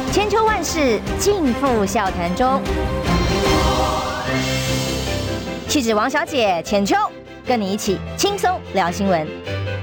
千秋万世尽付笑谈中。气质王小姐浅秋，跟你一起轻松聊新闻。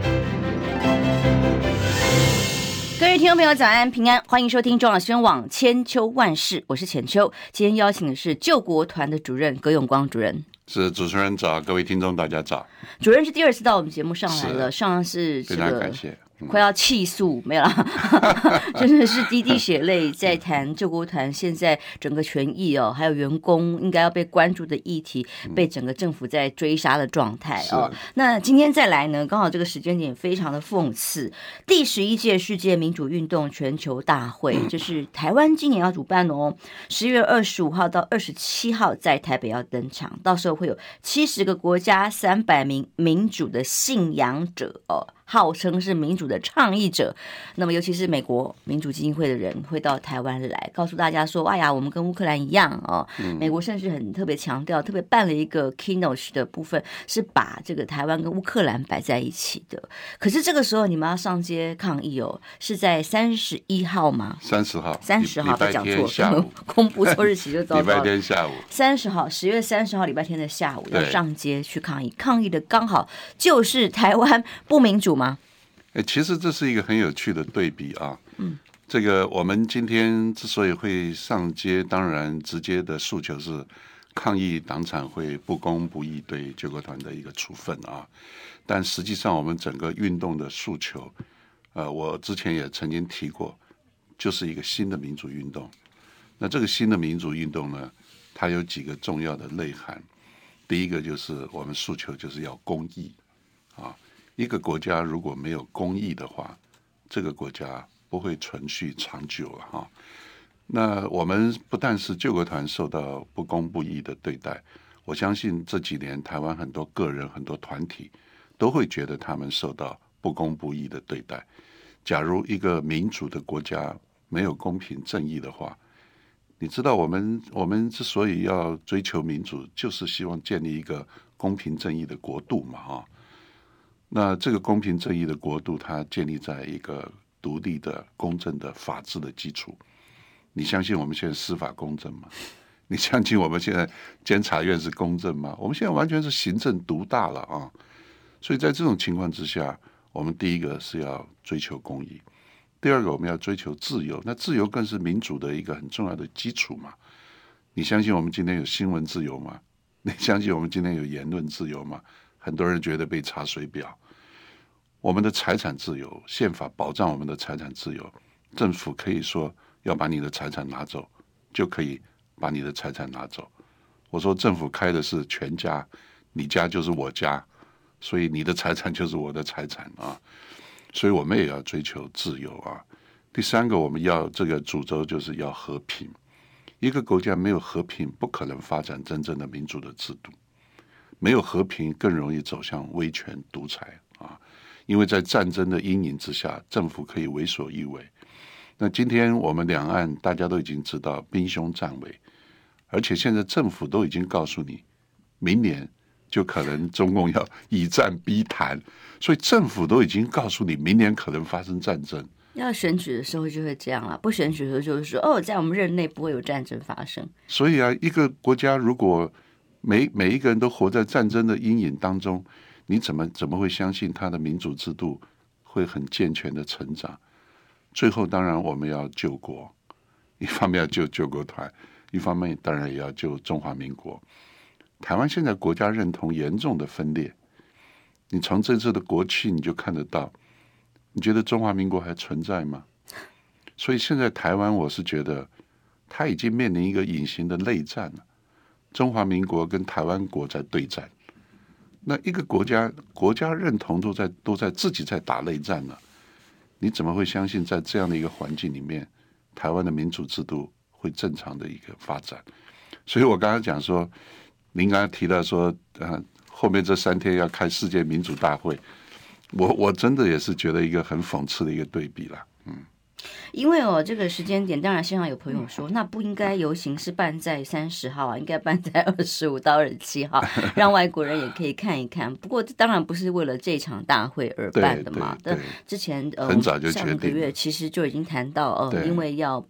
各位听众朋友，早安平安，欢迎收听中央新闻网千秋万世，我是浅秋。今天邀请的是救国团的主任葛永光主任。 是，主持人早，各位听众大家早。 主任是第二次到我们节目上来了，上次非常感谢。 快要气诉没有啦，真的是滴滴血泪在谈救国团现在整个权益哦，还有员工应该要被关注的议题，被整个政府在追杀的状态哦。那今天再来呢，刚好这个时间点非常的讽刺，第11届世界民主运动全球大会，这是台湾今年要主办哦，10月25号到27号在台北要登场，到时候会有70个国家300名民主的信仰者哦。号称是民主的倡议者，那么尤其是美国民主基金会的人会到台湾来，告诉大家说：“哎呀，我们跟乌克兰一样哦。”美国甚至很特别强调，特别办了一个 keynote 的部分，是把这个台湾跟乌克兰摆在一起的。可是这个时候你们要上街抗议哦，是在31号吗 ？30号 ，30号， 礼拜天下午公布错日期就糟糕了。 礼拜天下午 30号，10月30号礼拜天的下午要上街去抗议，抗议的刚好就是台湾不民主吗？ 其实这是一个很有趣的对比啊。这个我们今天之所以会上街，当然直接的诉求是抗议党产会不公不义对救国团的一个处分啊。但实际上我们整个运动的诉求，我之前也曾经提过，就是一个新的民主运动。那这个新的民主运动呢，它有几个重要的内涵。第一个就是我们诉求就是要公义啊。一个国家如果没有公义的话，这个国家不会存续长久了哈。那我们不但是救国团受到不公不义的对待，我相信这几年台湾很多个人、很多团体都会觉得他们受到不公不义的对待。假如一个民主的国家没有公平正义的话，你知道我们之所以要追求民主，就是希望建立一个公平正义的国度嘛哈。那这个公平正义的国度，它建立在一个独立的、公正的法治的基础。你相信我们现在司法公正吗？你相信我们现在监察院是公正吗？我们现在完全是行政独大了啊！所以在这种情况之下，我们第一个是要追求公义，第二个我们要追求自由。那自由更是民主的一个很重要的基础嘛。你相信我们今天有新闻自由吗？你相信我们今天有言论自由吗？很多人觉得被查水表。我们的财产自由，宪法保障我们的财产自由，政府可以说要把你的财产拿走，就可以把你的财产拿走。我说政府开的是全家，你家就是我家，所以你的财产就是我的财产啊。所以我们也要追求自由啊。第三个，我们要这个主轴就是要和平。一个国家没有和平，不可能发展真正的民主的制度。没有和平，更容易走向威权独裁啊！因为在战争的阴影之下，政府可以为所欲为。那今天我们两岸大家都已经知道兵凶战危，而且现在政府都已经告诉你，明年就可能中共要以战逼谈，所以政府都已经告诉你，明年可能发生战争。 要选举的时候就会这样了，不选举的时候就是说，哦，在我们任内不会有战争发生。 所以啊，一个国家如果每一个人都活在战争的阴影当中，你怎么会相信他的民主制度会很健全的成长？最后当然我们要救国，一方面要救国团，一方面当然也要救中华民国。台湾现在国家认同严重的分裂，你从这次的国庆你就看得到，你觉得中华民国还存在吗？所以现在台湾我是觉得它已经面临一个隐形的内战了。中华民国跟台湾国在对战，那一个国家认同都在自己在打内战了，你怎么会相信在这样的一个环境里面，台湾的民主制度会正常的一个发展？所以我刚刚讲说，您刚刚提到说，后面这3天要开世界民主大会，我真的也是觉得一个很讽刺的一个对比了， 因为这个时间点，当然线上有朋友说，那不应该游行是办在30号啊，应该办在25到27号，让外国人也可以看一看。不过当然不是为了这场大会而办的嘛。之前很早就决定， 上个月其实就已经谈到因为要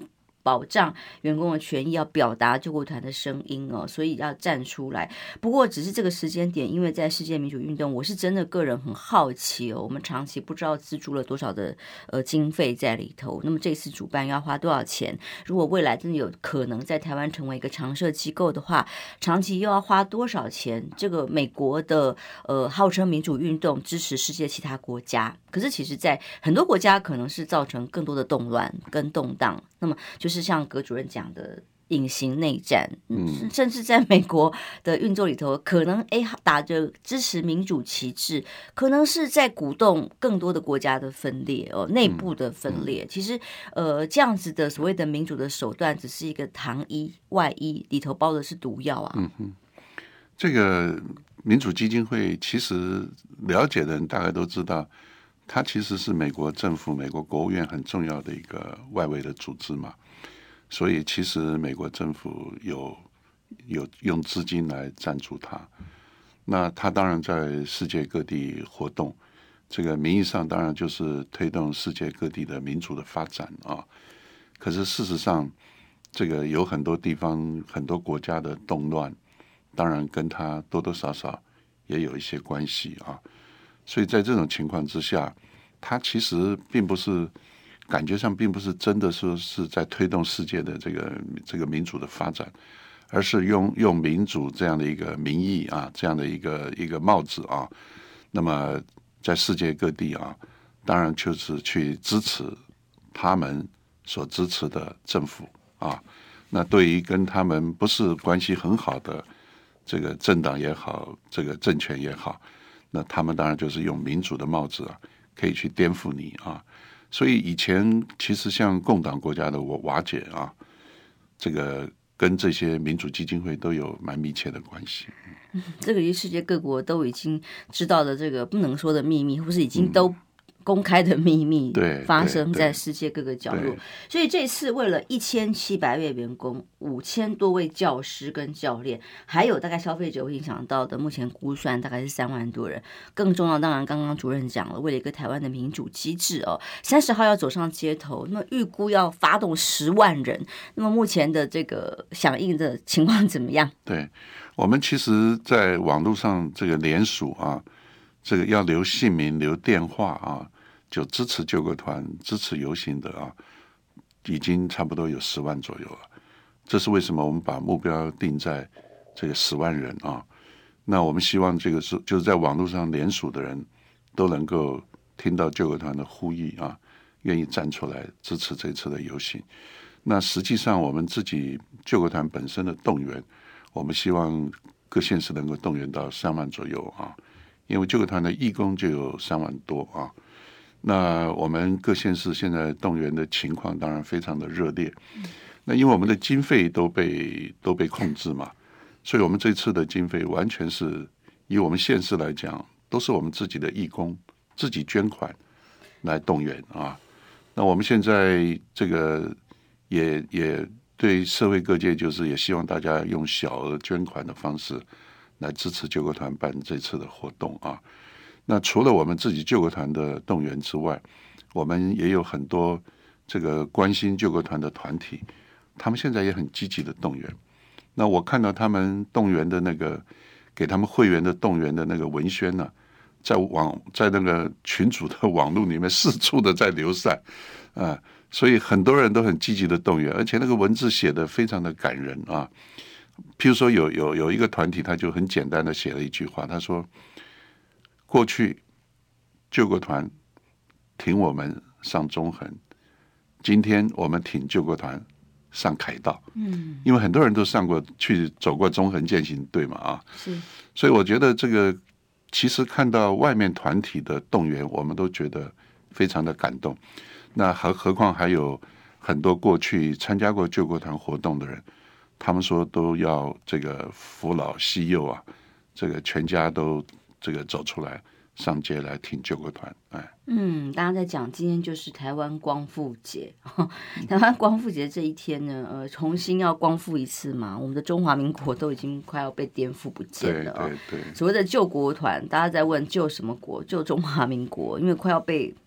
保障员工的权益，要表达救国团的声音哦，所以要站出来。不过只是这个时间点，因为在世界民主运动，我是真的个人很好奇哦，我们长期不知道资助了多少的经费在里头，那么这次主办要花多少钱？如果未来真的有可能在台湾成为一个常设机构的话，长期又要花多少钱？这个美国的号称民主运动支持世界其他国家，可是其实在很多国家可能是造成更多的动乱跟动荡，那么就是像葛主任讲的隐形内战，甚至在美国的运作里头，可能打着支持民主旗帜，可能是在鼓动更多的国家的分裂内部的分裂。其实这样子的所谓的民主的手段，只是一个糖衣外衣，里头包的是毒药啊。 这个民主基金会其实了解的人大概都知道，它其实是美国政府、美国国务院很重要的一个外围的组织嘛。所以其实美国政府有用资金来赞助他，那他当然在世界各地活动，这个名义上当然就是推动世界各地的民主的发展啊。可是事实上，这个有很多地方、很多国家的动乱，当然跟他多多少少也有一些关系啊。所以在这种情况之下，他其实并不是。感觉上并不是真的说是在推动世界的这个民主的发展，而是用民主这样的一个名义啊，这样的一个帽子啊，那么在世界各地啊，当然就是去支持他们所支持的政府啊。那对于跟他们不是关系很好的这个政党也好，这个政权也好，那他们当然就是用民主的帽子啊，可以去颠覆你啊。所以以前其实像共党国家的瓦解啊，这个跟这些民主基金会都有蛮密切的关系。 这个世界各国都已经知道的这个不能说的秘密，或是已经都公开的秘密发生在世界各个角落。所以这次为了1700位员工、5000多位教师跟教练，还有大概消费者会影响到的，目前估算大概是3万多人。更重要，当然刚刚主任讲了，为了一个台湾的民主机制30号要走上街头，那么预估要发动10万人。那么目前的这个响应的情况怎么样？ 对，我们其实在网络上这个联署啊，这个要留姓名、留电话啊。就支持救国团、支持游行的啊，已经差不多有10万左右了。这是为什么我们把目标定在这个10万人啊？那我们希望这个就是在网络上联署的人都能够听到救国团的呼吁啊，愿意站出来支持这次的游行。那实际上我们自己救国团本身的动员，我们希望各县市能够动员到3万左右啊，因为救国团的义工就有3万多啊。那我们各县市现在动员的情况当然非常的热烈，那因为我们的经费都被控制嘛，所以我们这次的经费完全是以我们县市来讲，都是我们自己的义工自己捐款来动员啊。那我们现在这个也对社会各界就是也希望大家用小额捐款的方式来支持救国团办这次的活动啊。那除了我们自己救国团的动员之外，我们也有很多这个关心救国团的团体，他们现在也很积极的动员。那我看到他们动员的那个给他们会员的动员的那个文宣呢，在那个群组的网络里面四处的在流散啊，所以很多人都很积极的动员，而且那个文字写得非常的感人啊。譬如说有一个团体，他就很简单的写了一句话，他说：过去救国团挺我们上中横，今天我们挺救国团上凯道。因为很多人都走过中横健行队嘛啊， 是， 所以我觉得这个其实看到外面团体的动员，我们都觉得非常的感动。那何况还有很多过去参加过救国团活动的人，他们说都要这个扶老携幼啊，这个全家都这个走出来上街来挺救国团。 大家在讲今天就是台湾光复节，台湾光复节这一天呢，重新要光复一次嘛，我们的中华民国都已经快要被颠覆不见了。 对， 所谓的救国团，大家在问救什么国？救中华民国，因为快要被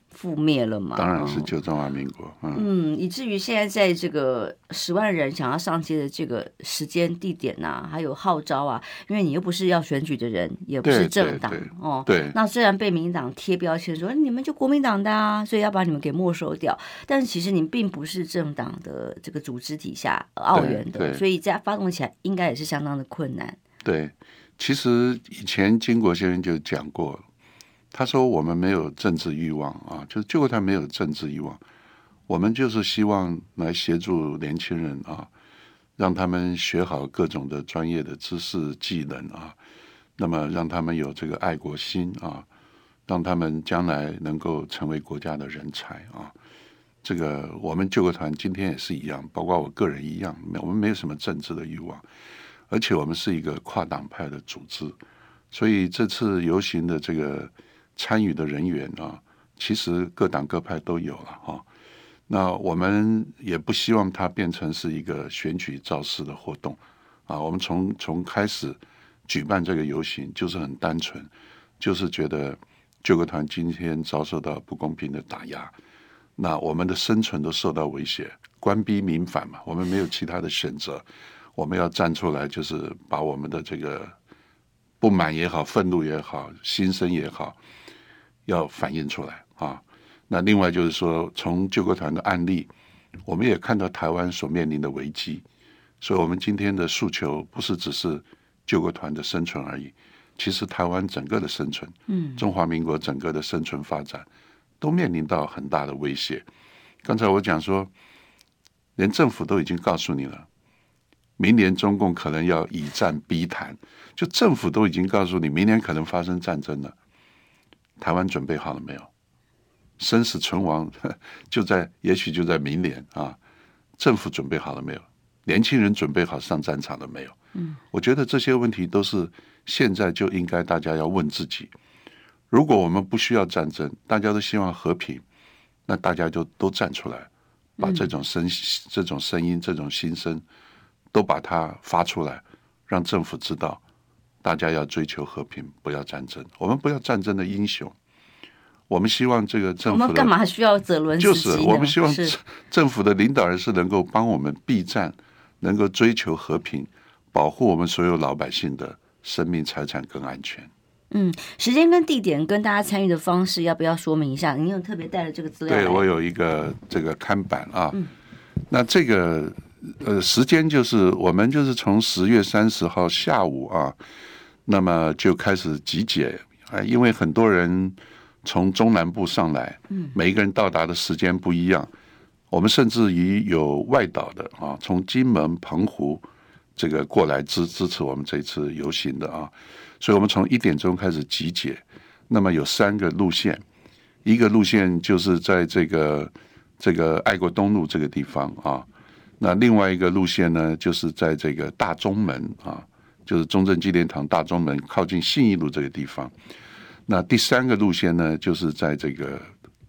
覆灭了嘛？ 当然是旧中华民国。 以至于现在在这个10万人想要上街的这个时间、地点呐，还有号召啊，因为你又不是要选举的人，也不是政党哦。 对。 那虽然被民进党贴标签说你们就国民党的啊，所以要把你们给没收掉，但是其实你并不是政党的这个组织底下澳元的，所以在发动起来应该也是相当的困难。 对，其实以前金国先生就讲过。他说：“我们没有政治欲望啊，就是救国团没有政治欲望，我们就是希望来协助年轻人啊，让他们学好各种的专业的知识技能啊，那么让他们有这个爱国心啊，让他们将来能够成为国家的人才啊。这个我们救国团今天也是一样，包括我个人一样，我们没有什么政治的欲望，而且我们是一个跨党派的组织，所以这次游行的这个。”参与的人员啊，其实各党各派都有了哈。那我们也不希望它变成是一个选举造势的活动啊。我们从开始举办这个游行就是很单纯，就是觉得救国团今天遭受到不公平的打压，那我们的生存都受到威胁，官逼民反嘛，我们没有其他的选择，我们要站出来，就是把我们的这个不满也好、愤怒也好、心声也好。要反映出来啊！那另外就是说，从救国团的案例，我们也看到台湾所面临的危机，所以我们今天的诉求不是只是救国团的生存而已，其实台湾整个的生存，中华民国整个的生存发展，都面临到很大的威胁。刚才我讲说，连政府都已经告诉你了，明年中共可能要以战逼谈，就政府都已经告诉你，明年可能发生战争了。台湾准备好了没有？生死存亡也许就在明年啊！政府准备好了没有？年轻人准备好上战场了没有？我觉得这些问题都是现在就应该大家要问自己。如果我们不需要战争，大家都希望和平，那大家就都站出来，把这种声音、这种心声，都把它发出来，让政府知道。大家要追求和平，不要战争。我们不要战争的英雄，我们希望这个政府我们干嘛需要泽伦斯基呢？ 就是我们希望政府的领导人是能够帮我们避战，能够追求和平，保护我们所有老百姓的生命、财产跟安全。 时间跟地点跟大家参与的方式，要不要说明一下？你有特别带了这个资料来？ 对，我有一个这个看板啊。那这个时间就是我们就是从10月30号下午啊。那么就开始集结因为很多人从中南部上来，每一个人到达的时间不一样。我们甚至于有外岛的啊，从金门、澎湖这个过来支持我们这次游行的啊，所以我们从1点钟开始集结。那么有3个路线，一个路线就是在这个爱国东路这个地方啊，那另外一个路线呢，就是在这个大中门啊。就是中正纪念堂大中门靠近信义路这个地方。那第3个路线呢，就是在这个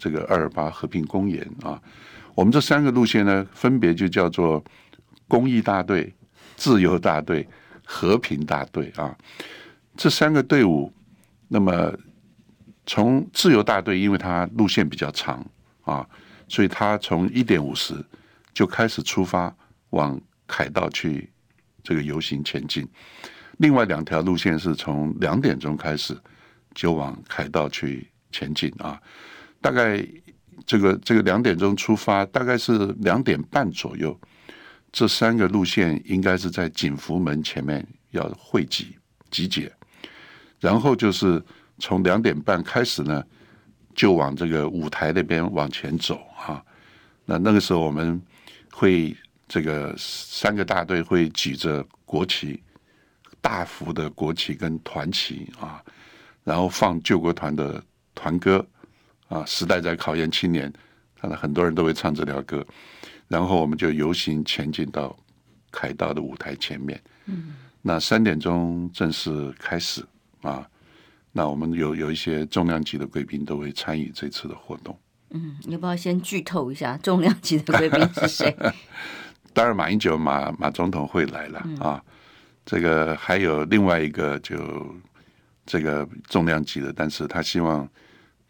228和平公园啊。我们这3个路线呢，分别就叫做公益大队、自由大队、和平大队啊。这3个队伍，那么从自由大队，因为它路线比较长啊，所以它从1点50就开始出发往凯道去。这个游行前进，另外2条路线是从2点钟开始就往凯道去前进啊。大概这个2点钟出发，大概是2点半左右，这3个路线应该是在景福门前面要汇集结，然后就是从2点半开始呢，就往这个舞台那边往前走啊。那个时候我们会。这个3个大队会举着国旗，大幅的国旗跟团旗啊，然后放救国团的团歌啊，时代在考验青年，看到很多人都会唱这条歌，然后我们就游行前进到凯道的舞台前面。那3点钟正式开始啊，那我们有一些重量级的贵宾都会参与这次的活动。 要不要先剧透一下重量级的贵宾是谁？ 当然，马英九马总统会来了啊。这个还有另外一个就这个重量级的，但是他希望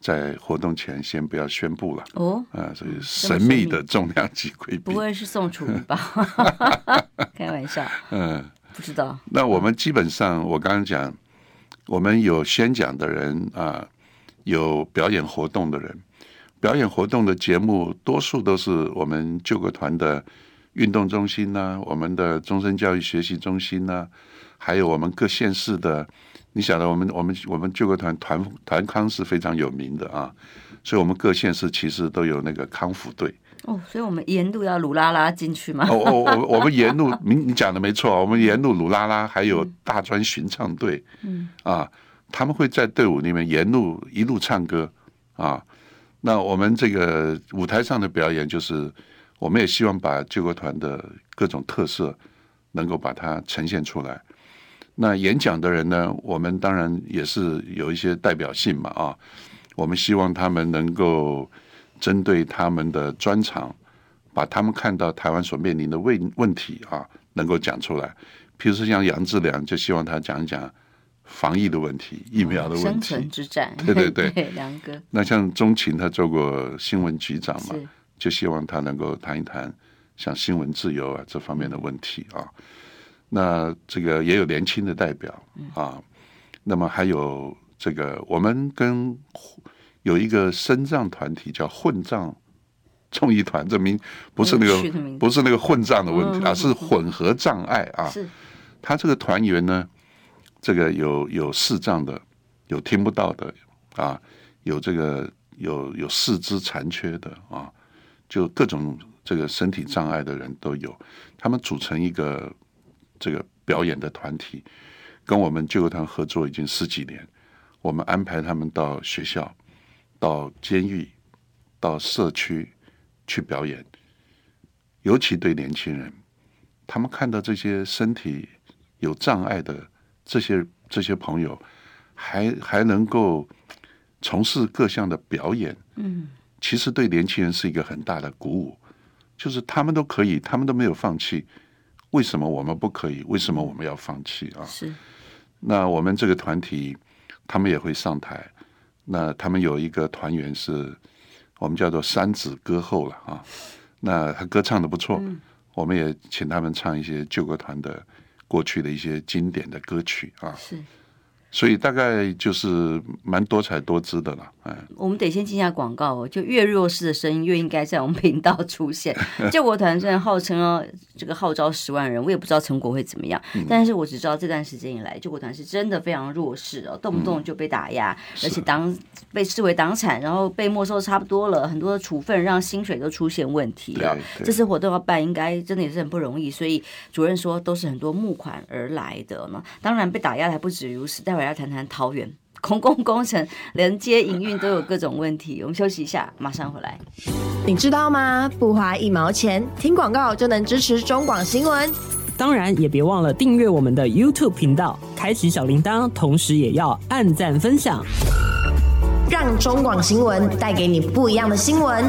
在活动前先不要宣布了。 哦， 所以神秘的重量级贵宾， 不会是宋楚瑜吧？开玩笑。不知道。 那我们基本上，我刚刚讲，我们有宣讲的人有表演活动的人，表演活动的节目多数都是我们救国团的运动中心我们的终身教育学习中心还有我们各县市的。你晓得我们救国团康是非常有名的所以我们各县市其实都有那个康复队。 所以我们沿路要鲁拉拉进去吗？ 我们沿路，你讲的没错，我们沿路鲁拉拉还有大专巡唱队，他们会在队伍里面沿路一路唱歌那我们这个舞台上的表演，就是我们也希望把救国团的各种特色能够把它呈现出来。那演讲的人呢，我们当然也是有一些代表性嘛我们希望他们能够针对他们的专长，把他们看到台湾所面临的问题能够讲出来。譬如说像杨志良，就希望他讲一讲防疫的问题、疫苗的问题、 生存之战。 对， 梁哥。 那像钟情，他做过新闻局长嘛，就希望他能够谈一谈像新闻自由这方面的问题那这个也有年轻的代表那么还有这个我们跟有一个身障团体叫混障综艺团，这名不是那个混障的问题是混合障碍是他这个团员呢，这个有视障的，有听不到的有这个有四肢残缺的就各种这个身体障碍的人都有，他们组成一个这个表演的团体，跟我们救国团合作已经10几年。我们安排他们到学校、到监狱、到社区去表演，尤其对年轻人，他们看到这些身体有障碍的这些朋友，还能够从事各项的表演，其实对年轻人是一个很大的鼓舞，就是他们都可以，他们都没有放弃。为什么我们不可以？为什么我们要放弃是。 那我们这个团体，他们也会上台。那他们有一个团员是我们叫做三子歌后了那他歌唱的不错，我们也请他们唱一些救国团的过去的一些经典的歌曲是。 所以大概就是蛮多彩多姿的了。 我们得先进下广告就越弱势的声音越应该在我们频道出现。救国团虽然号称这个号召10万人，我也不知道成果会怎么样，但是我只知道这段时间以来，救国团是真的非常弱势动不动就被打压，而且被视为党产，然后被没收差不多了，很多的处分让薪水都出现问题这次活动要办，应该真的也是很不容易，所以主任说都是很多募款而来的呢。当然被打压还不止如此，待会要谈谈桃园公共工程连接营运都有各种问题。我们休息一下，马上回来。 你知道吗？不花1毛钱，听广告就能支持中广新闻。 当然也别忘了订阅我们的 YouTube 频道，开启小铃铛，同时也要按赞分享， 让中广新闻带给你不一样的新闻。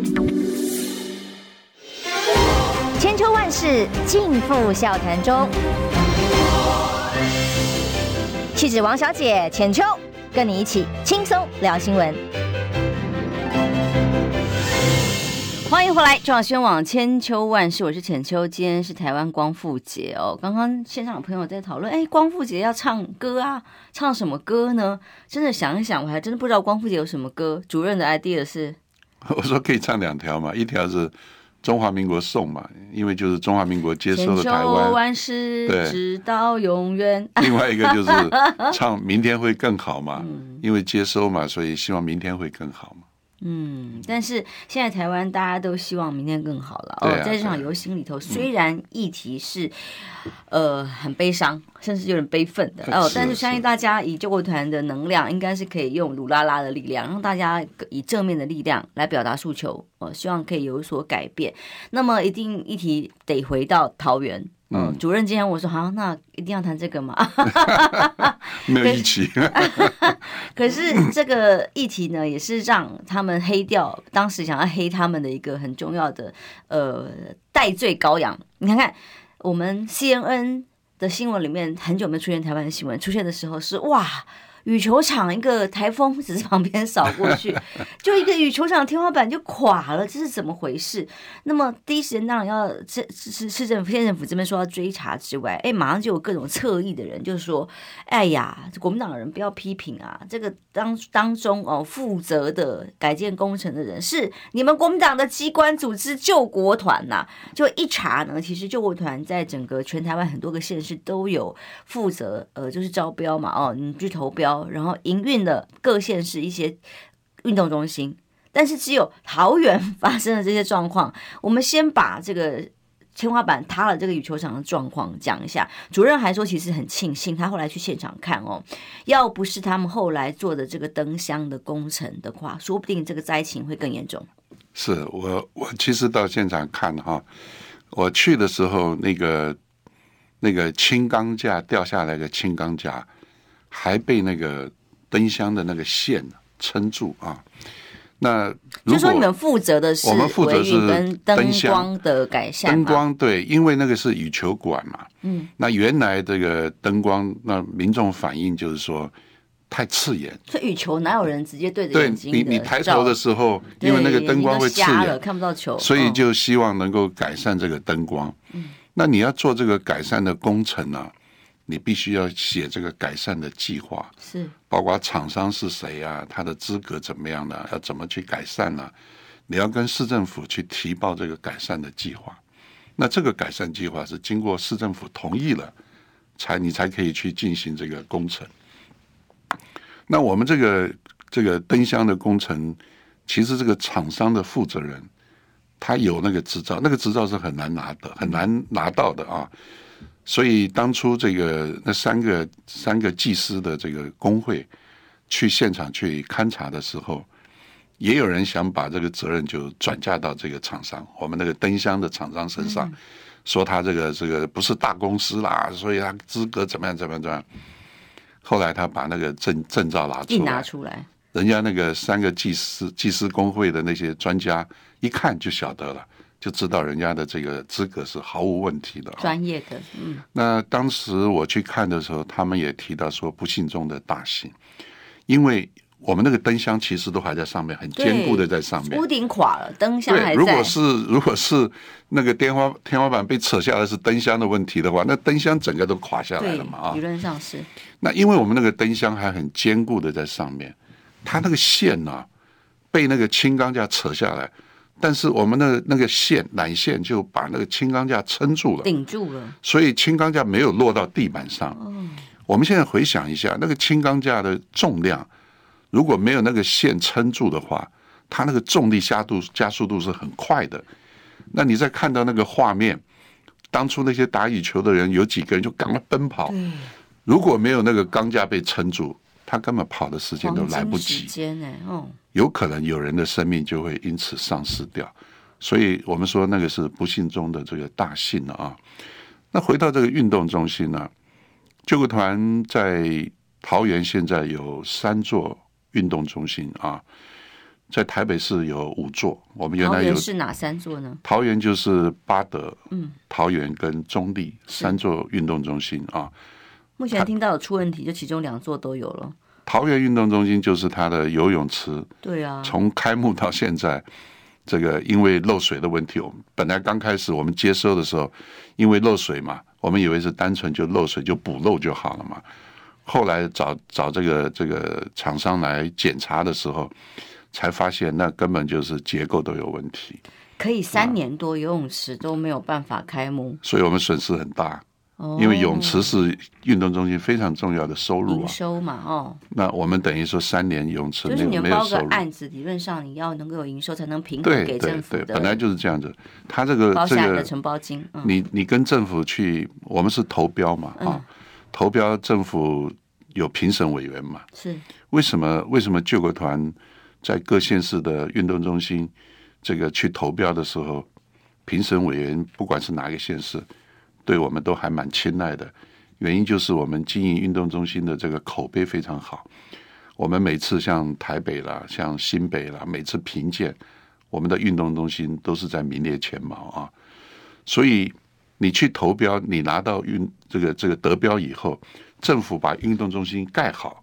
千秋万世尽付笑谈中。气质王小姐浅秋，跟你一起轻松聊新闻。 欢迎回来，中广新闻网千秋万世，我是浅秋。今天是台湾光复节刚刚线上有朋友在讨论，光复节要唱歌唱什么歌呢？真的想一想，我还真的不知道光复节有什么歌。主任的 idea 是， 我说可以唱2条嘛，一条是中华民国颂嘛，因为就是中华民国接收了台湾， 千秋万世直到永远。 另外一个就是唱明天会更好嘛，因为接收嘛，所以希望明天会更好嘛。 但是现在台湾大家都希望明天更好了在这场游行里头，虽然议题是很悲伤，甚至有点悲愤的但是相信大家以救国团的能量，应该是可以用鲁拉拉的力量，让大家以正面的力量来表达诉求希望可以有所改变。那么一定议题得回到桃园。主任今天我说好，那一定要谈这个嘛？ 没有一起。 可是这个议题呢，也是让他们黑掉当时想要黑他们的一个很重要的戴罪羔羊。你看看我们 CNN 的新闻里面，很久没出现台湾的新闻，出现的时候是哇， 羽球场一个台风只是旁边扫过去，就一个羽球场天花板就垮了，这是怎么回事？那么第一时间当然要市政府、县政府这边说要追查之外，马上就有各种侧翼的人就说，哎呀，国民党的人不要批评啊，这个当中负责的改建工程的人是你们国民党的机关组织救国团呐。就一查呢，其实救国团在整个全台湾很多个县市都有负责，就是招标嘛，你去投标，然后营运的各县市一些运动中心，但是只有桃园发生了这些状况。我们先把这个天花板塌了这个羽球场的状况讲一下。主任还说其实很庆幸他后来去现场看要不是他们后来做的这个灯箱的工程的话，说不定这个灾情会更严重。 是我其实到现场看我去的时候那个轻钢架掉下来的轻钢架还被那个灯箱的那个线撑住那如果就说你们负责的是我们负责是跟灯光的改善， 灯光对，因为那个是羽球馆嘛，那原来这个灯光，那民众反映就是说太刺眼， 所以羽球哪有人直接对着眼睛的？ 对，你抬头的时候，因为那个灯光会刺眼， 看不到球， 所以就希望能够改善这个灯光。那你要做这个改善的工程呢，你必须要写这个改善的计划， 是包括厂商是谁啊，他的资格怎么样呢？要怎么去改善呢？你要跟市政府去提报这个改善的计划。那这个改善计划是经过市政府同意了，你才可以去进行这个工程。那我们这个灯箱的工程，其实这个厂商的负责人，他有那个执照，那个执照是很难拿到的所以当初那三个技师的这个工会去现场去勘察的时候，也有人想把这个责任就转嫁到这个厂商，我们那个灯箱的厂商身上，说他这个不是大公司啦，所以他资格怎么样。后来他把那个证照拿出来，人家那个三个技师工会的那些专家一看就晓得了，就知道人家的这个资格是毫无问题的， 专业的。 那当时我去看的时候，他们也提到说不幸中的大幸，因为我们那个灯箱其实都还在上面，很坚固的在上面， 屋顶垮了，灯箱还在。 如果是那个天花板被扯下来是灯箱的问题的话，那灯箱整个都垮下来了嘛理论上是。 那因为我们那个灯箱还很坚固的在上面，它那个线被那个轻钢架扯下来，但是我们那个缆线就把那个轻钢架撑住了， 顶住了， 所以轻钢架没有落到地板上。我们现在回想一下，那个轻钢架的重量，如果没有那个线撑住的话，它那个重力加速度是很快的。那你再看到那个画面，当初那些打羽球的人有几个人就赶快奔跑，如果没有那个钢架被撑住，他根本跑的时间都来不及，有可能有人的生命就会因此丧失掉。所以我们说那个是不幸中的这个大幸了那回到这个运动中心呢，救国团在桃园现在有3座运动中心在台北市有5座。我们原来有，桃园是哪3座呢？ 桃园就是八德、桃园跟中立3座运动中心目前听到有出问题，就其中2座都有了。 桃园运动中心就是它的游泳池， 对啊， 从开幕到现在，这个因为漏水的问题，本来刚开始我们接收的时候，因为漏水嘛，我们以为是单纯就漏水就补漏就好了嘛。后来找这个厂商来检查的时候，才发现那根本就是结构都有问题。 可以3年多游泳池都没有办法开幕， 所以我们损失很大。因为泳池是运动中心非常重要的收入营收嘛那我们等于说3年泳池就是你没有收入， 包个案子，理论上你要能够有营收才能平衡给政府的。 对，本来就是这样子。他这个包下你的承包金， 你跟政府去，我们是投标嘛投标政府有评审委员嘛， 是为什么救国团在各县市的运动中心这个去投标的时候，评审委员不管是哪个县市，对我们都还蛮青睐的，原因就是我们经营运动中心的这个口碑非常好。我们每次像台北啦、像新北啦，每次评鉴，我们的运动中心都是在名列前茅所以你去投标，你拿到这个得标以后，政府把运动中心盖好，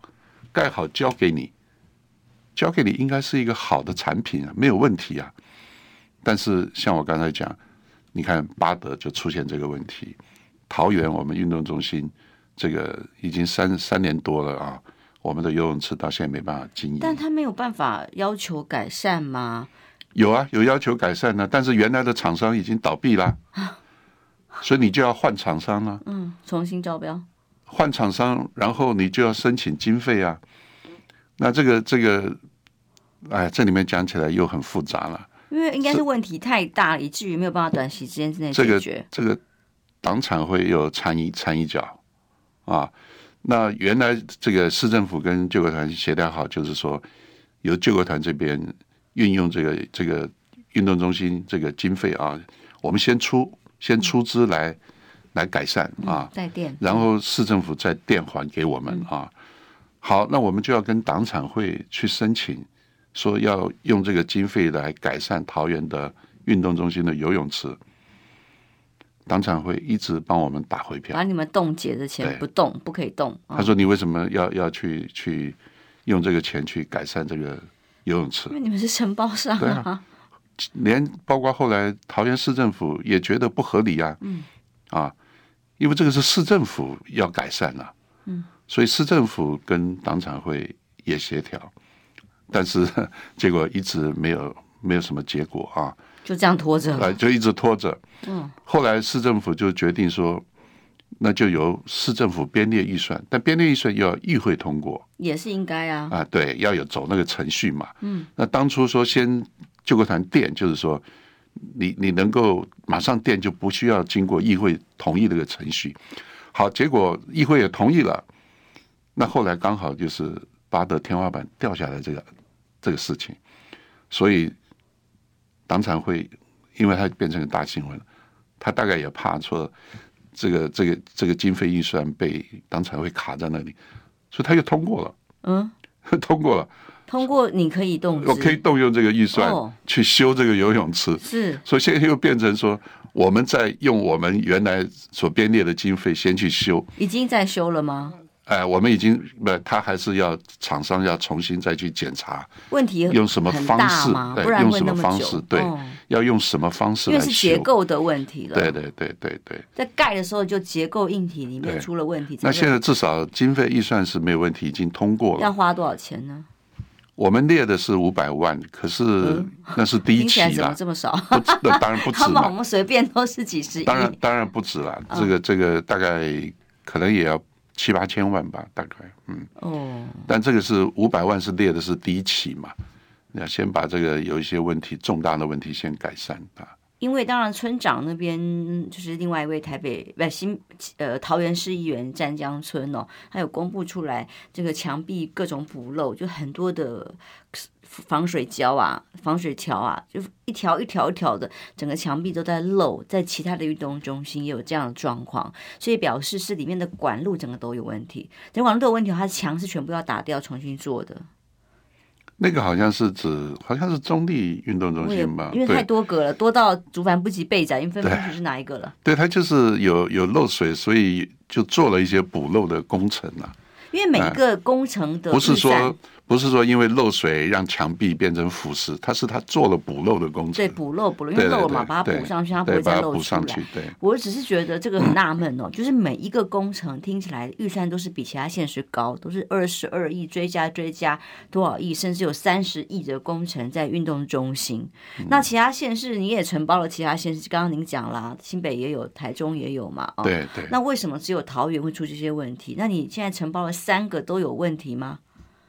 盖好交给你应该是一个好的产品啊，没有问题啊。但是像我刚才讲，你看八德就出现这个问题，桃园我们运动中心这个已经三年多了啊，我们的游泳池到现在没办法经营。 但他没有办法要求改善吗？ 有啊，有要求改善呢，但是原来的厂商已经倒闭啦，所以你就要换厂商了。 重新招标， 换厂商，然后你就要申请经费啊。那这个，哎，这里面讲起来又很复杂了。 因为应该是问题太大，以至于没有办法短时间之内解决。 这个党产会有掺一脚啊。那原来这个市政府跟救国团协调好，就是说由救国团这边运用这个运动中心这个经费啊，我们先出资来改善啊， 再垫， 然后市政府再垫还给我们啊。好，那我们就要跟党产会去申请，说要用这个经费来改善桃园的运动中心的游泳池。党产会一直帮我们打回票， 把你们冻结的钱不动，不可以动。 他说你为什么要去用这个钱去改善这个游泳池？ 因为你们是承包商啊。 连包括后来桃园市政府也觉得不合理啊，因为这个是市政府要改善了，所以市政府跟党产会也协调，但是结果一直没有什么结果啊， 就这样拖着， 就一直拖着。后来市政府就决定说，那就由市政府编列预算，但编列预算要议会通过， 也是应该啊。 对，要有走那个程序嘛。那当初说先救国团垫，就是说你能够马上垫，就不需要经过议会同意这个程序。好，结果议会也同意了。那后来刚好就是八德天花板掉下来这个事情，所以党产会因为它变成个大新闻，他大概也怕说这个经费预算被党产会卡在那里，所以他又通过了。通过你可以动资， 我可以动用这个预算去修这个游泳池， 是， 所以现在又变成说我们在用我们原来所编列的经费先去修， 已经在修了吗？ 我们已经他还是要厂商要重新再去检查问题用什么方式， 不然用会那么久。 什么方式，对，要用什么方式来修， 因为是结构的问题了。 对， 在盖的时候就结构硬体里面出了问题。 那现在至少经费预算是没有问题，已经通过了。 要花多少钱呢？ 我们列的是500万，可是那是第一期啦。听起来怎么这么少？ 那当然不止了。 我们随便都是几十亿。 当然不止了。这个大概可能也要7、8千万吧，大概。但这个是500万是列的是第一期嘛，你要先把这个有一些问题重大的问题先改善啊。 因为当然村长那边就是另外一位桃园市议员湛江村还有公布出来这个墙壁各种补漏，就很多的防水胶啊、防水条啊，就一条一条的，整个墙壁都在漏。在其他的运动中心也有这样的状况，所以表示是里面的管路整个都有问题。等管路都有问题，它的墙是全部要打掉重新做的。 那个好像是中立运动中心吧， 因为太多个了，多到竹繁不及备载，因为分不清楚是哪一个了。 对，它就是有漏水，所以就做了一些补漏的工程啊。 因为每一个工程的不是说因为漏水让墙壁变成腐蚀，他做了补漏的工程。 对，补漏，因为漏了嘛，把它补上去，它不会再漏出来。 对， 我只是觉得这个很纳闷就是每一个工程听起来预算都是比其他县市高，都是22亿追加多少亿，甚至有30亿的工程在运动中心。那其他县市你也承包了，其他县市刚刚您讲了，新北也有，台中也有嘛。 对。 那为什么只有桃园会出这些问题？那你现在承包了3个都有问题吗？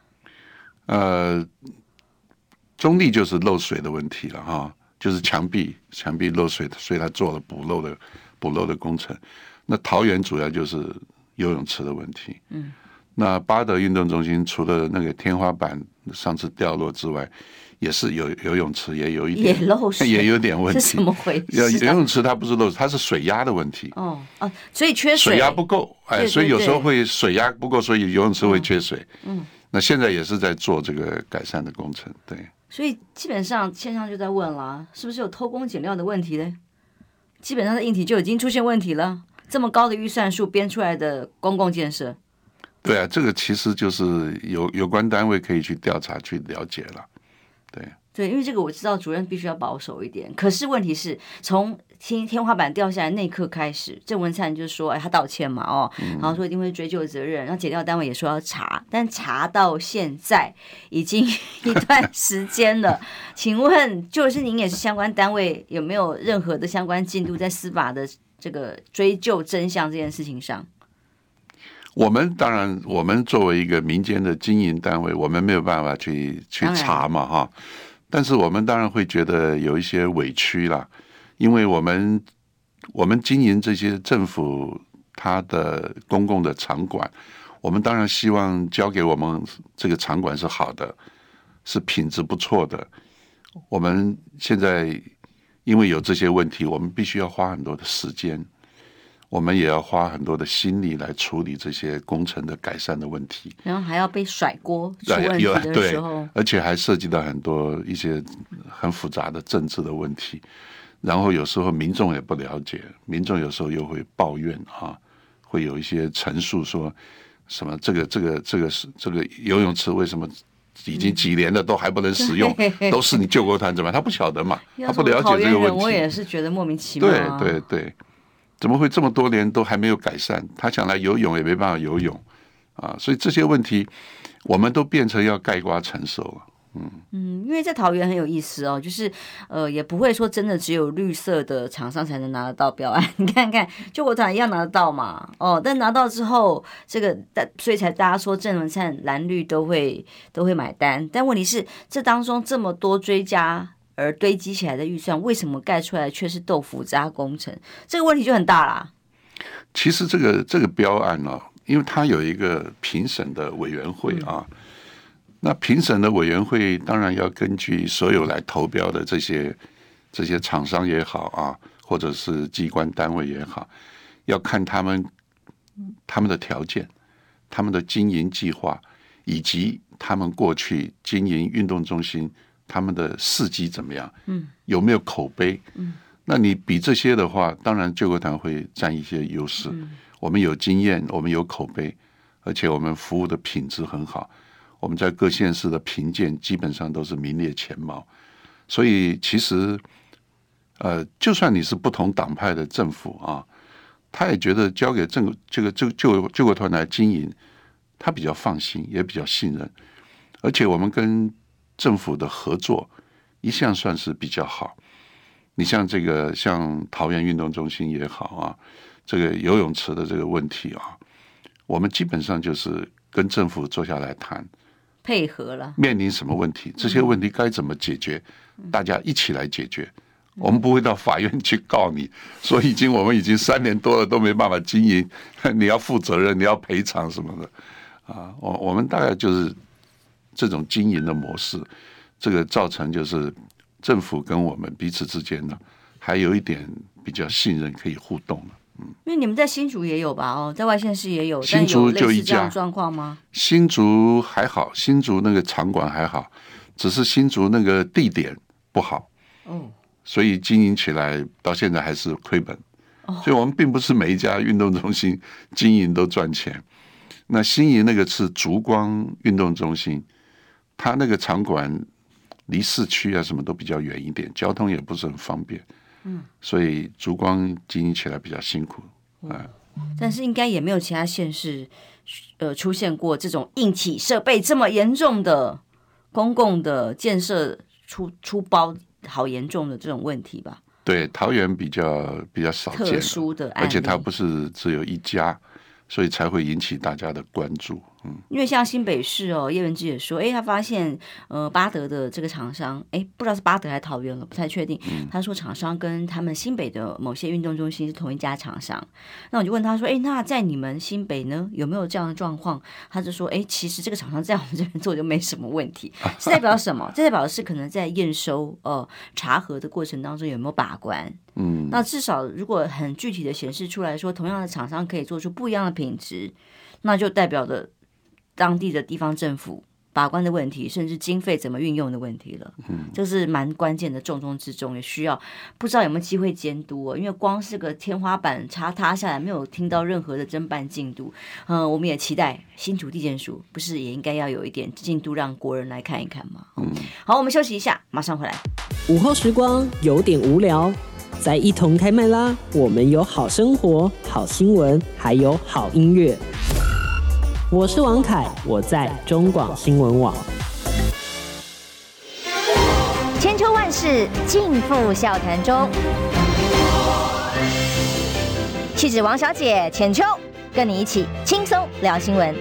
中立就是漏水的问题了哈，就是墙壁漏水，所以他做了补漏的工程。那桃园主要就是游泳池的问题。那八德运动中心除了那个天花板上次掉落之外，也是有游泳池也有一点也漏水， 也有点问题。 是怎么回事？ 游泳池它不是漏水，它是水压的问题。 所以缺水压不够，所以有时候会水压不够，所以游泳池会缺水。那现在也是在做这个改善的工程，对。 所以基本上线上就在问了，是不是有偷工减料的问题呢？基本上的硬体就已经出现问题了，这么高的预算数编出来的公共建设， 对啊，这个其实就是有关单位可以去调查去了解了。 对，因为这个我知道主任必须要保守一点，可是问题是从天花板掉下来那一刻开始，郑文灿就说，他道歉嘛，然后说一定会追究责任，然后检调单位也说要查，但查到现在已经一段时间了，请问就是您也是相关单位，有没有任何的相关进度在司法的这个追究真相这件事情上？ 当然，我们作为一个民间的经营单位，我们没有办法去查嘛，哈。但是我们当然会觉得有一些委屈啦，因为我们经营这些政府它的公共的场馆，我们当然希望交给我们这个场馆是好的，是品质不错的。我们现在因为有这些问题，我们必须要花很多的时间，我们也要花很多的心力来处理这些工程的改善的问题， 然后还要被甩锅出问题的时候， 而且还涉及到很多一些很复杂的政治的问题，然后有时候民众也不了解，民众有时候又会抱怨啊，会有一些陈述说什么这个游泳池为什么已经几年了都还不能使用，都是你救国团怎么样？他不晓得嘛，他不了解这个问题。 我也是觉得莫名其妙啊。 对。怎么会这么多年都还没有改善？他想来游泳也没办法游泳啊！所以这些问题我们都变成要概括承受了。 因为在桃园很有意思哦，就是也不会说真的只有绿色的厂商才能拿得到标案，你看看救国团一样拿得到嘛，但拿到之后这个，所以才大家说郑文灿蓝绿都会买单，但问题是这当中这么多追加而堆积起来的预算，为什么盖出来却是豆腐渣工程？这个问题就很大啦。 其实这个标案呢，因为它有一个评审的委员会啊，那评审的委员会当然要根据所有来投标的这些厂商也好啊，或者是机关单位也好，要看他们的条件、他们的经营计划，以及他们过去经营运动中心。他们的事迹怎么样？有没有口碑？那你比这些的话，当然救国团会占一些优势。我们有经验，我们有口碑，而且我们服务的品质很好。我们在各县市的评鉴基本上都是名列前茅。所以其实，就算你是不同党派的政府啊，他也觉得交给这个救国团来经营，他比较放心，也比较信任。而且我们跟政府的合作一向算是比较好，你像像桃园运动中心也好啊，这个游泳池的这个问题啊，我们基本上就是跟政府坐下来谈， 配合了， 面临什么问题，这些问题该怎么解决，大家一起来解决。我们不会到法院去告你，说我们已经3年多了都没办法经营，你要负责任，你要赔偿什么的啊？我们大概就是这种经营的模式，这个造成就是政府跟我们彼此之间呢，还有一点比较信任，可以互动了。 因为你们在新竹也有吧？在外县市也有， 新竹就一家。 但有类似这样状况吗？ 新竹还好，新竹那个场馆还好，只是新竹那个地点不好，所以经营起来到现在还是亏本。所以我们并不是每一家运动中心经营都赚钱。那新营那个是烛光运动中心，它那个场馆离市区啊什么都比较远一点，交通也不是很方便，所以烛光经营起来比较辛苦。 但是应该也没有其他县市出现过这种硬体设备这么严重的公共的建设出包好严重的这种问题吧？对， 桃园比较少见， 特殊的案例， 而且它不是只有一家，所以才会引起大家的关注。 因为像新北市叶文之也说，他发现八德的这个厂商，不知道是八德还是桃园了，不太确定。他说厂商跟他们新北的某些运动中心是同一家厂商。那我就问他说，那在你们新北呢，有没有这样的状况？他就说，其实这个厂商在我们这边做就没什么问题。这代表什么？这代表的是可能在验收查核的过程当中有没有把关。那至少如果很具体的显示出来说，同样的厂商可以做出不一样的品质，那就代表的当地的地方政府把关的问题，甚至经费怎么运用的问题了。这是蛮关键的，重中之重，也需要不知道有没有机会监督因为光是个天花板塌下来，没有听到任何的侦办进度。我们也期待新竹地检署不是也应该要有一点进度，让国人来看一看吗？好，我们休息一下，马上回来。 午后时光有点无聊，再一同开麦啦！我们有好生活、好新闻，还有好音乐。我是王凯，我在中广新闻网。 千秋万世尽付笑谈中。气质王小姐浅秋，跟你一起轻松聊新闻。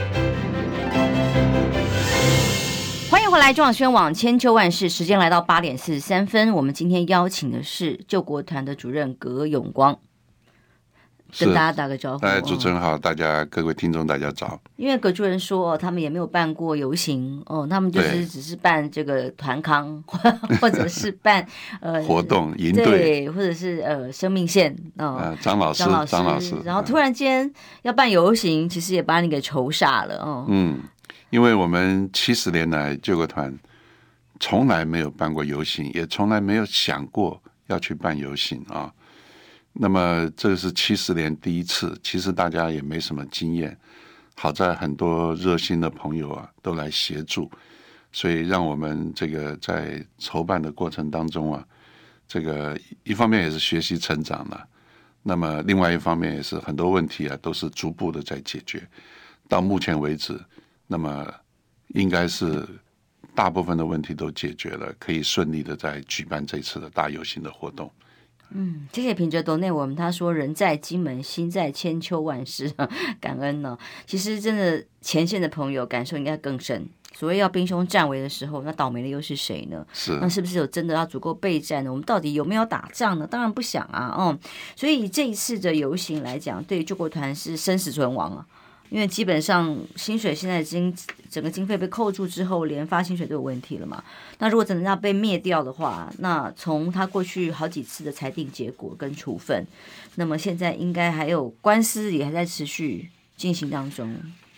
欢迎回来，中广新闻网千秋万世，时间来到8点43分。我们今天邀请的是救国团的主任葛永光，跟大家打个招呼。 主持人好，各位听众大家早。 因为葛主任说他们也没有办过游行他们就是只是办这个团康，或者是办活动营队， 或者是生命线张老师， 然后突然间要办游行，其实也把你给愁煞了因为我们70年来救国团从来没有办过游行，也从来没有想过要去办游行啊。那么这是70年第一次，其实大家也没什么经验，好在很多热心的朋友都来协助，所以让我们这个在筹办的过程当中这个一方面也是学习成长了，那么另外一方面也是很多问题都是逐步的在解决，到目前为止，那么应该是大部分的问题都解决了，可以顺利的在举办这次的大游行的活动。 谢谢平哲斗内我们，他说人在金门，心在千秋万世，感恩呢。其实真的前线的朋友感受应该更深。所谓要兵凶战危的时候，那倒霉的又是谁呢？那是不是有真的要足够备战呢？我们到底有没有打仗呢？当然不想所以这一次的游行来讲，对于救国团是生死存亡因为基本上薪水现在已经整个经费被扣住之后，连发薪水都有问题了嘛。那如果真的要被灭掉的话，那从他过去好几次的裁定结果跟处分，那么现在应该还有官司也还在持续进行当中。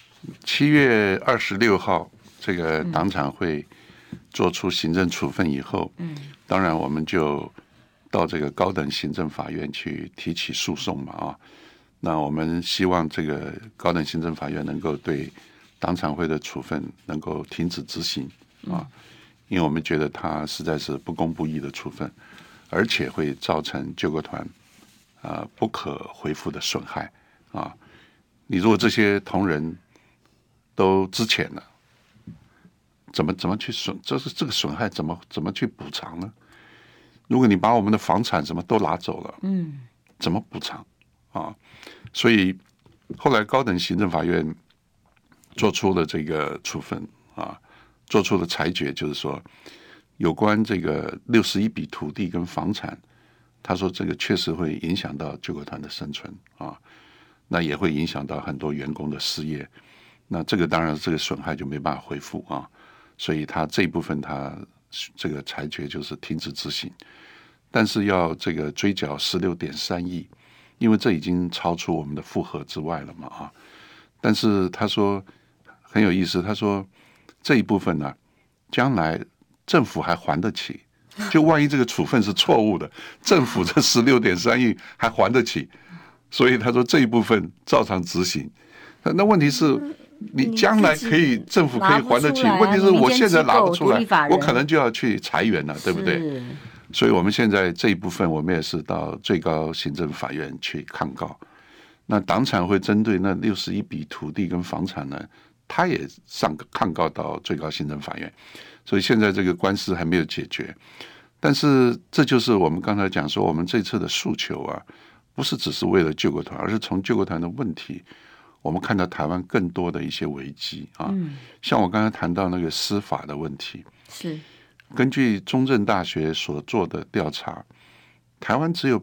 7月26号这个党产会做出行政处分以后，当然我们就到这个高等行政法院去提起诉讼嘛那我们希望这个高等行政法院能够对党产会的处分能够停止执行因为我们觉得它实在是不公不义的处分，而且会造成救国团不可恢复的损害你如果这些同仁都资遣了，怎么去这个损害怎么去补偿呢？如果你把我们的房产什么都拿走了，怎么补偿所以后来高等行政法院做出了这个处分做出了裁决，就是说有关这个61笔土地跟房产，他说这个确实会影响到救国团的生存那也会影响到很多员工的失业，那这个当然这个损害就没办法恢复所以他这一部分他这个裁决就是停止执行，但是要这个追缴16.3亿，因为这已经超出我们的负荷之外了嘛但是他说很有意思，他说这一部分呢，将来政府还还得起，就万一这个处分是错误的，政府这16.3亿还还得起，所以他说这一部分照常执行。那问题是你将来政府可以还得起，问题是我现在拿不出来，我可能就要去裁员了，对不对？所以我们现在这一部分我们也是到最高行政法院去抗告，那党产会针对那61笔土地跟房产呢，他也抗告到最高行政法院，所以现在这个官司还没有解决。但是这就是我们刚才讲说，我们这次的诉求不是只是为了救国团，而是从救国团的问题，我们看到台湾更多的一些危机像我刚才谈到那个司法的问题， 是根据中正大学所做的调查，台湾只有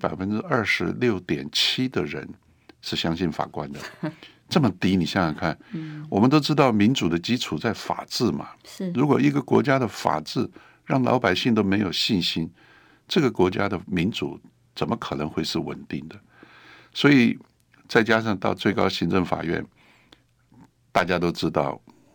26.7%的人是相信法官的，这么低，你想想看我们都知道民主的基础在法治嘛，如果一个国家的法治让老百姓都没有信心，这个国家的民主怎么可能会是稳定的？所以再加上到最高行政法院，大家都知道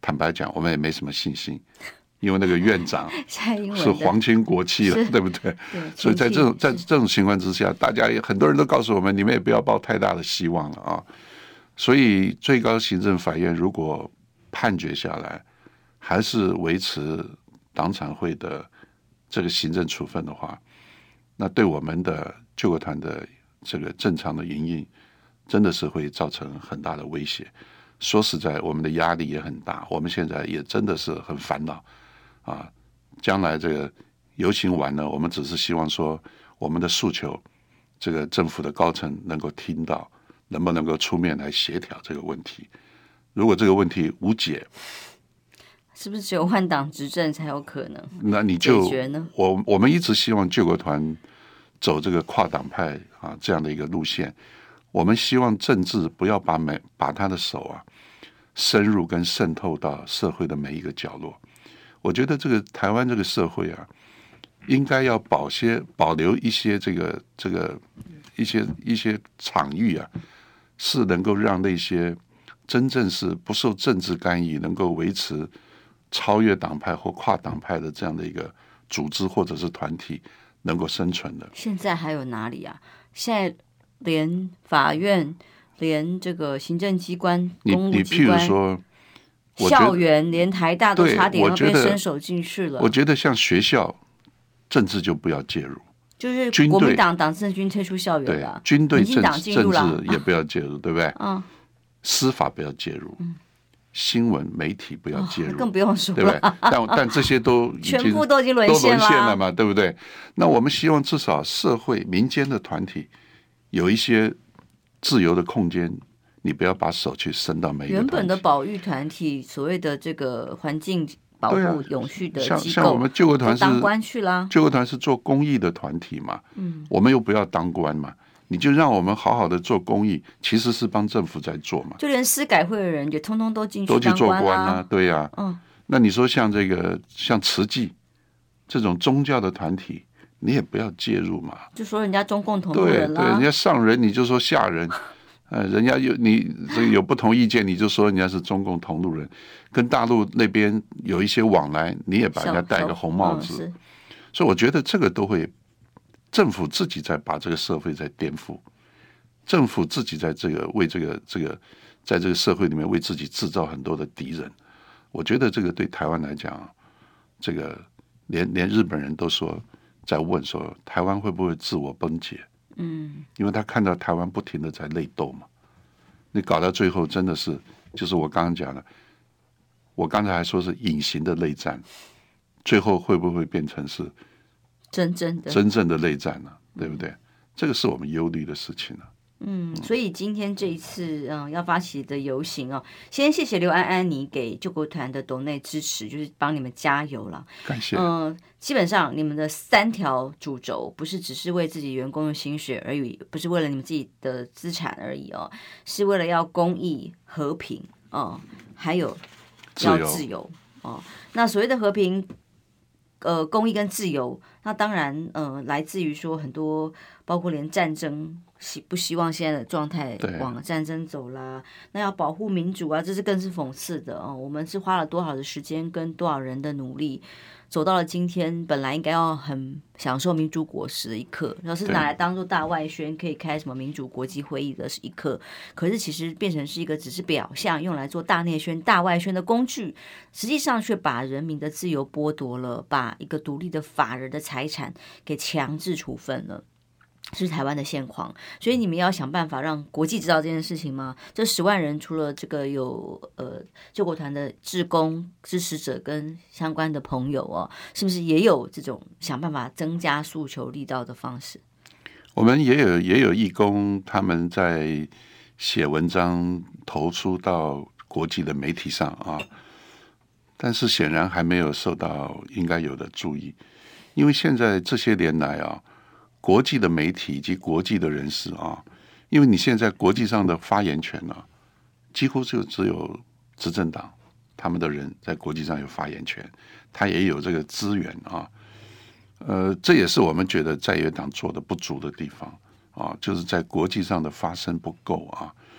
坦白讲，我们也没什么信心，因为那个院长是是皇亲国戚了，对不对？所以在这种情况之下，大家也很多人都告诉我们，你们也不要抱太大的希望了啊。所以最高行政法院如果判决下来，还是维持党产会的这个行政处分的话，那对我们的救国团的这个正常的营运，真的是会造成很大的威胁。说实在，我们的压力也很大，我们现在也真的是很烦恼啊。将来这个游行完了，我们只是希望说，我们的诉求，这个政府的高层能够听到，能不能够出面来协调这个问题？如果这个问题无解， 是不是只有换党执政才有可能？ 那你就解决呢？ 我们一直希望救国团走这个跨党派啊这样的一个路线。我们希望政治不要把他的手啊深入跟渗透到社会的每一个角落。我觉得这个台湾这个社会啊，应该要保留一些一些场域啊，是能够让那些真正是不受政治干预，能够维持超越党派或跨党派的这样的一个组织或者是团体能够生存的。 现在还有哪里啊？现在连法院、连这个行政机关、公务机关， 你譬如说校园，连台大都差点要被伸手进去了。 我觉得像学校政治就不要介入， 就是国民党党政军退出校园了， 军队政治也不要介入，对不对？司法不要介入，新闻媒体不要介入， 更不用说了， 对不对？但这些都全部都已经沦陷了嘛，对不对？那我们希望至少社会民间的团体有一些自由的空间，你不要把手去伸到每一个团体。 原本的保育团体，所谓的这个环境保护永续的机构， 像我们救国团是当官去啦， 救国团是做公益的团体嘛，我们又不要当官嘛，你就让我们好好的做公益，其实是帮政府在做嘛。 就连司改会的人也通通都进去都去做官啊， 对呀。那你说像慈济这种宗教的团体，你也不要介入嘛， 就说人家中共同路人啦， 对，人家上人你就说下人，人家有不同意见，你就说人家是中共同路人，跟大陆那边有一些往来，你也把人家戴个红帽子，所以我觉得这个都会，政府自己在把这个社会在颠覆，政府自己在为在这个社会里面为自己制造很多的敌人，我觉得这个对台湾来讲，这个连日本人都在问说台湾会不会自我崩解？因为他看到台湾不停的在内斗嘛，你搞到最后真的是就是我刚刚讲的，我刚才还说是隐形的内战，最后会不会变成是真正的内战呢？对不对？这个是我们忧虑的事情了。 所以今天这一次要发起的游行先谢谢刘安安你给救国团的斗内支持，就是帮你们加油了， 感谢。 基本上你们的3条主轴不是只是为自己员工的薪水而已，不是为了你们自己的资产而已是为了要公益、和平还有要自由那所谓的和平、公益跟自由，那当然来自于说很多，包括连战争不希望现在的状态往战争走啦，那要保护民主啊，这是更是讽刺的我们是花了多少的时间跟多少人的努力，走到了今天，本来应该要很享受民主果实的一刻，要是拿来当做大外宣，可以开什么民主国际会议的一刻，可是其实变成是一个只是表象，用来做大内宣、大外宣的工具，实际上却把人民的自由剥夺了，把一个独立的法人的财产给强制处分了。是台湾的现况，所以你们要想办法让国际知道这件事情吗？这10万人除了这个有救国团的志工支持者跟相关的朋友是不是也有这种想办法增加诉求力道的方式？ 我们也有义工，他们在写文章投出到国际的媒体上但是显然还没有受到应该有的注意，因为现在这些年来国际的媒体以及国际的人士因为你现在国际上的发言权几乎就只有执政党他们的人在国际上有发言权，他也有这个资源这也是我们觉得在野党做的不足的地方就是在国际上的发声不够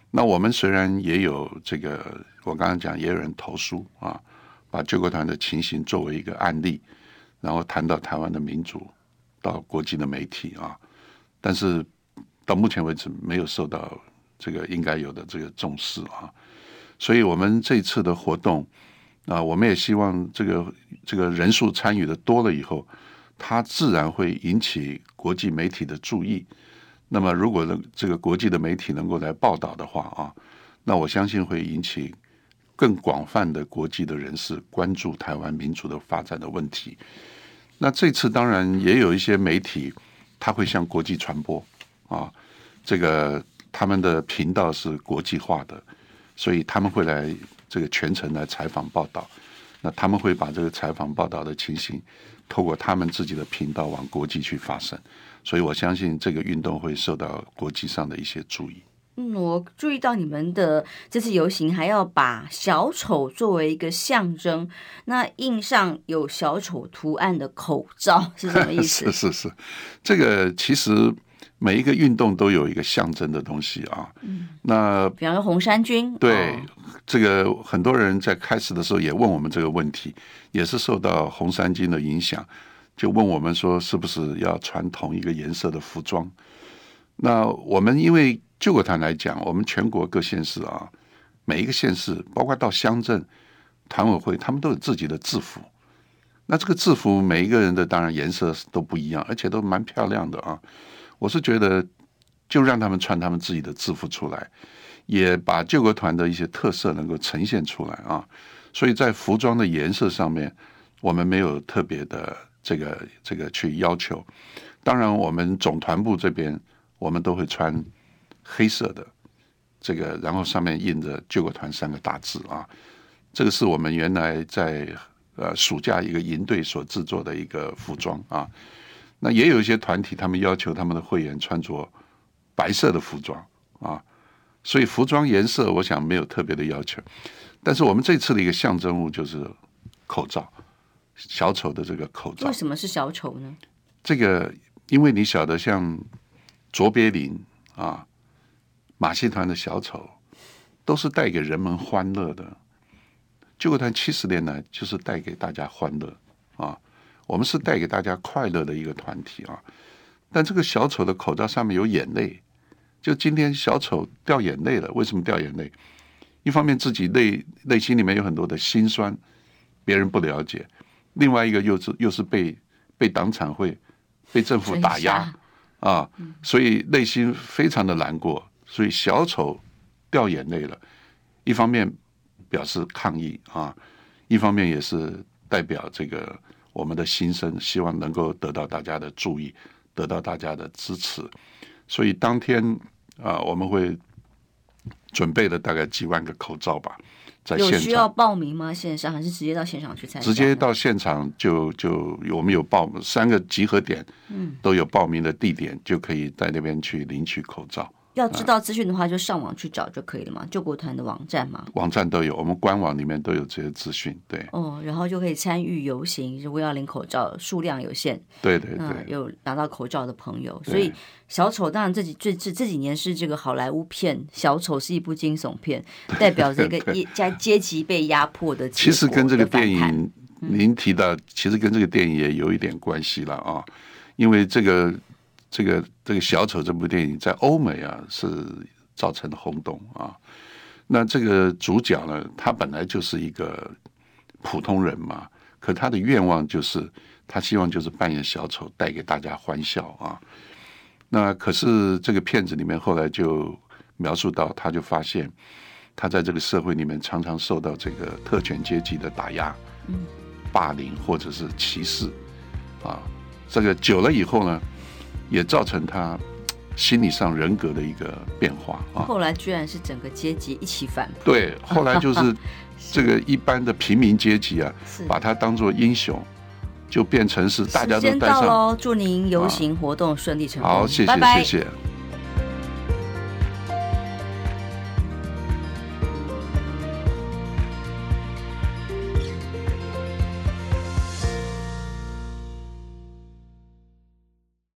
那我们虽然也有这个，我刚刚讲也有人投诉啊，把救国团的情形作为一个案例，然后谈到台湾的民主，到国际的媒体啊，但是到目前为止没有受到这个应该有的这个重视啊，所以我们这一次的活动啊，我们也希望这个人数参与的多了以后，它自然会引起国际媒体的注意。那么如果这个国际的媒体能够来报道的话啊，那我相信会引起更广泛的国际的人士关注台湾民主的发展的问题。那这次当然也有一些媒体，他会向国际传播啊，这个他们的频道是国际化的，所以他们会来这个全程来采访报道。那他们会把这个采访报道的情形，透过他们自己的频道往国际去发声。所以我相信这个运动会受到国际上的一些注意。 我注意到你们的这次游行还要把小丑作为一个象征，那印上有小丑图案的口罩是什么意思？ 是，这个其实每一个运动都有一个象征的东西啊。那比方说红衫军， 对，这个很多人在开始的时候也问我们这个问题，也是受到红衫军的影响。就问我们说是不是要穿同一个颜色的服装？那我们因为救国团来讲，我们全国各县市啊，每一个县市，包括到乡镇团委会，他们都有自己的制服。那这个制服每一个人的当然颜色都不一样，而且都蛮漂亮的啊。我是觉得就让他们穿他们自己的制服出来，也把救国团的一些特色能够呈现出来啊。所以在服装的颜色上面，我们没有特别的这个去要求。当然我们总团部这边我们都会穿黑色的这个，然后上面印着救国团3个大字啊。这个是我们原来在暑假一个营队所制作的一个服装啊。那也有一些团体他们要求他们的会员穿着白色的服装啊，所以服装颜色我想没有特别的要求。但是我们这次的一个象征物就是口罩，小丑的这个口罩。 为什么是小丑呢？ 这个因为你晓得像卓别林啊、马戏团的小丑都是带给人们欢乐的，救国团70年来就是带给大家欢乐啊，我们是带给大家快乐的一个团体啊。但这个小丑的口罩上面有眼泪，就今天小丑掉眼泪了，为什么掉眼泪？一方面自己内心里面有很多的辛酸，别人不了解；另外一个又是被党产会、被政府打压啊，所以内心非常的难过。所以小丑掉眼泪了，一方面表示抗议啊，一方面也是代表这个我们的心声，希望能够得到大家的注意，得到大家的支持。所以当天啊，我们会准备了大概几万个口罩吧，在现场。 有需要报名吗？线上还是直接到现场去参加？ 直接到现场就我们有3个集合点，都有报名的地点，就可以在那边去领取口罩。 要知道资讯的话，就上网去找就可以了嘛。救国团的网站嘛， 网站都有，我们官网里面都有这些资讯。对， 然后就可以参与游行。如果要领口罩，数量有限， 对， 有拿到口罩的朋友，所以小丑当然这几年是这个好莱坞片，小丑是一部惊悚片，代表这个阶级被压迫的结果。 其实跟这个电影您提到，其实跟这个电影也有一点关系了啊，因为这个小丑这部电影在欧美啊是造成轰动啊。那这个主角呢，他本来就是一个普通人嘛，可他的愿望就是他希望就是扮演小丑，带给大家欢笑啊。那可是这个片子里面后来就描述到，他就发现他在这个社会里面常常受到这个特权阶级的打压、霸凌或者是歧视啊。这个久了以后呢，也造成他心理上人格的一个变化啊。 后来居然是整个阶级一起反扑。 对，后来就是这个一般的平民阶级啊，把他当作英雄，就变成是大家都带上。 时间到喽，祝您游行活动顺利成功。 好，谢谢， 拜拜。 谢谢。